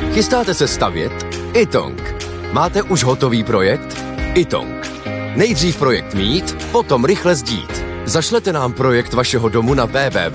Chystáte se stavět? iTong. Máte už hotový projekt? iTong. Nejdřív projekt mít, potom rychle sdít. Zašlete nám projekt vašeho domu na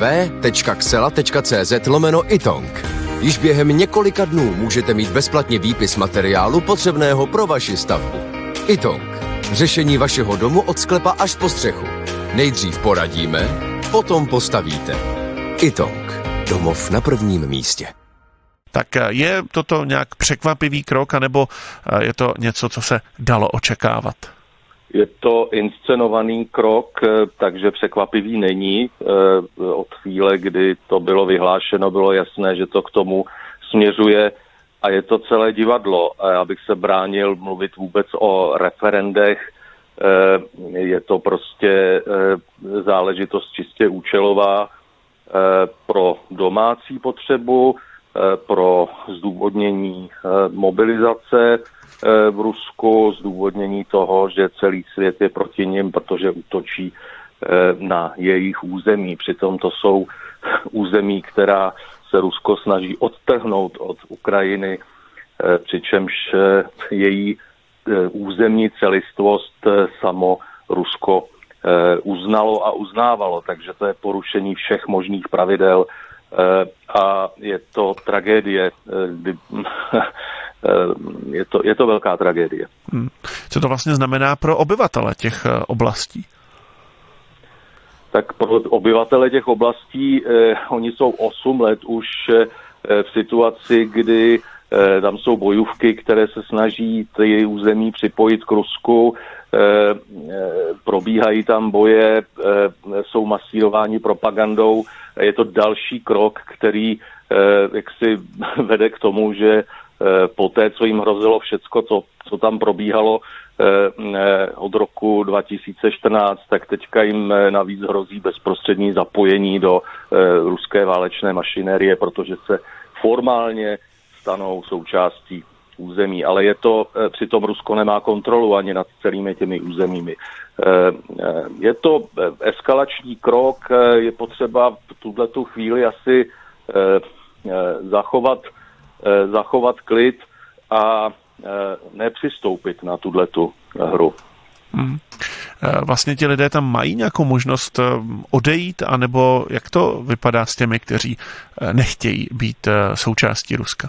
www.xela.cz/iTong. Již během několika dnů můžete mít bezplatně výpis materiálu potřebného pro vaši stavbu. iTong. Řešení vašeho domu od sklepa až po střechu. Nejdřív poradíme, potom postavíte. iTong. Domov na prvním místě. Tak je toto nějak překvapivý krok, anebo je to něco, co se dalo očekávat? Je to inscenovaný krok, takže překvapivý není. Od chvíle, kdy to bylo vyhlášeno, bylo jasné, že to k tomu směřuje a je to celé divadlo. A já bych se bránil mluvit vůbec o referendech. Je to prostě záležitost čistě účelová pro domácí potřebu, pro zdůvodnění mobilizace v Rusku, zdůvodnění toho, že celý svět je proti nim, protože útočí na jejich území. Přitom to jsou území, která se Rusko snaží odtrhnout od Ukrajiny, přičemž její územní celistvost samo Rusko uznalo a uznávalo, takže to je porušení všech možných pravidel a je to tragédie, je to velká tragédie. Co to vlastně znamená pro obyvatele těch oblastí? Tak pro obyvatele těch oblastí, oni jsou 8 let už v situaci, kdy tam jsou bojůvky, které se snaží ty území připojit k Rusku, probíhají tam boje, jsou masírováni propagandou. Je to další krok, který jaksi vede k tomu, že poté, co jim hrozilo všecko, co tam probíhalo od roku 2014, tak teďka jim navíc hrozí bezprostřední zapojení do ruské válečné mašinérie, protože se formálně stanou součástí území, ale přitom Rusko nemá kontrolu ani nad celými těmi územími. Je to eskalační krok, je potřeba v tuhletu chvíli asi zachovat klid a nepřistoupit na tuhletu hru. Vlastně ti lidé tam mají nějakou možnost odejít, anebo jak to vypadá s těmi, kteří nechtějí být součástí Ruska?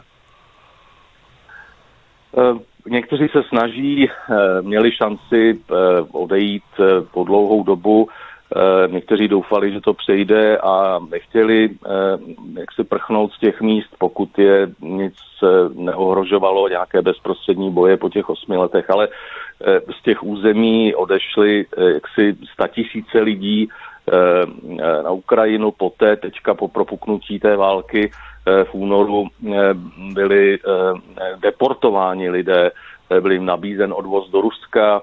Někteří se snaží, měli šanci odejít po dlouhou dobu, někteří doufali, že to přejde a nechtěli jak se prchnout z těch míst, pokud je nic neohrožovalo, nějaké bezprostřední boje po těch 8 letech, ale z těch území odešly jaksi 100 000 lidí na Ukrajinu, poté teďka po propuknutí té války v únoru byli deportováni lidé, byl jim nabízen odvoz do Ruska,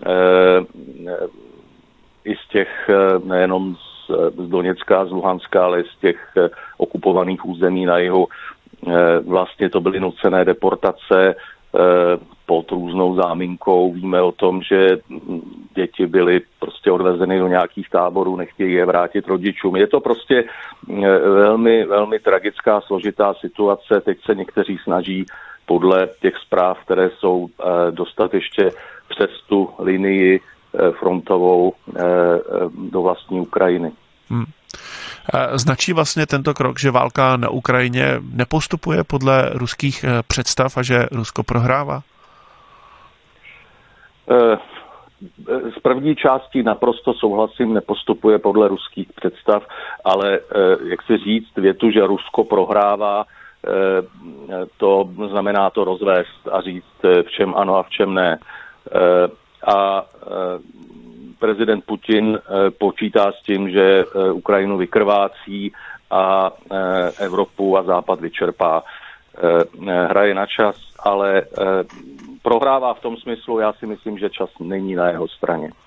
i z těch, nejenom z Doněcka, z Luhanska, ale z těch okupovaných území na jihu. Vlastně to byly nucené deportace pod různou záminkou. Víme o tom, že děti byly prostě odvezeny do nějakých táborů, nechtějí je vrátit rodičům. Je to prostě velmi, velmi tragická, složitá situace. Teď se někteří snaží podle těch zpráv, které jsou, dostat ještě přes tu linii frontovou do vlastní Ukrajiny. Značí vlastně tento krok, že válka na Ukrajině nepostupuje podle ruských představ a že Rusko prohrává? Z první části naprosto souhlasím, nepostupuje podle ruských představ, ale jak si říct větu, že Rusko prohrává, to znamená to rozvést a říct, v čem ano a v čem ne. A prezident Putin počítá s tím, že Ukrajinu vykrvácí a Evropu a Západ vyčerpá. Hraje na čas, ale prohrává v tom smyslu, já si myslím, že čas není na jeho straně.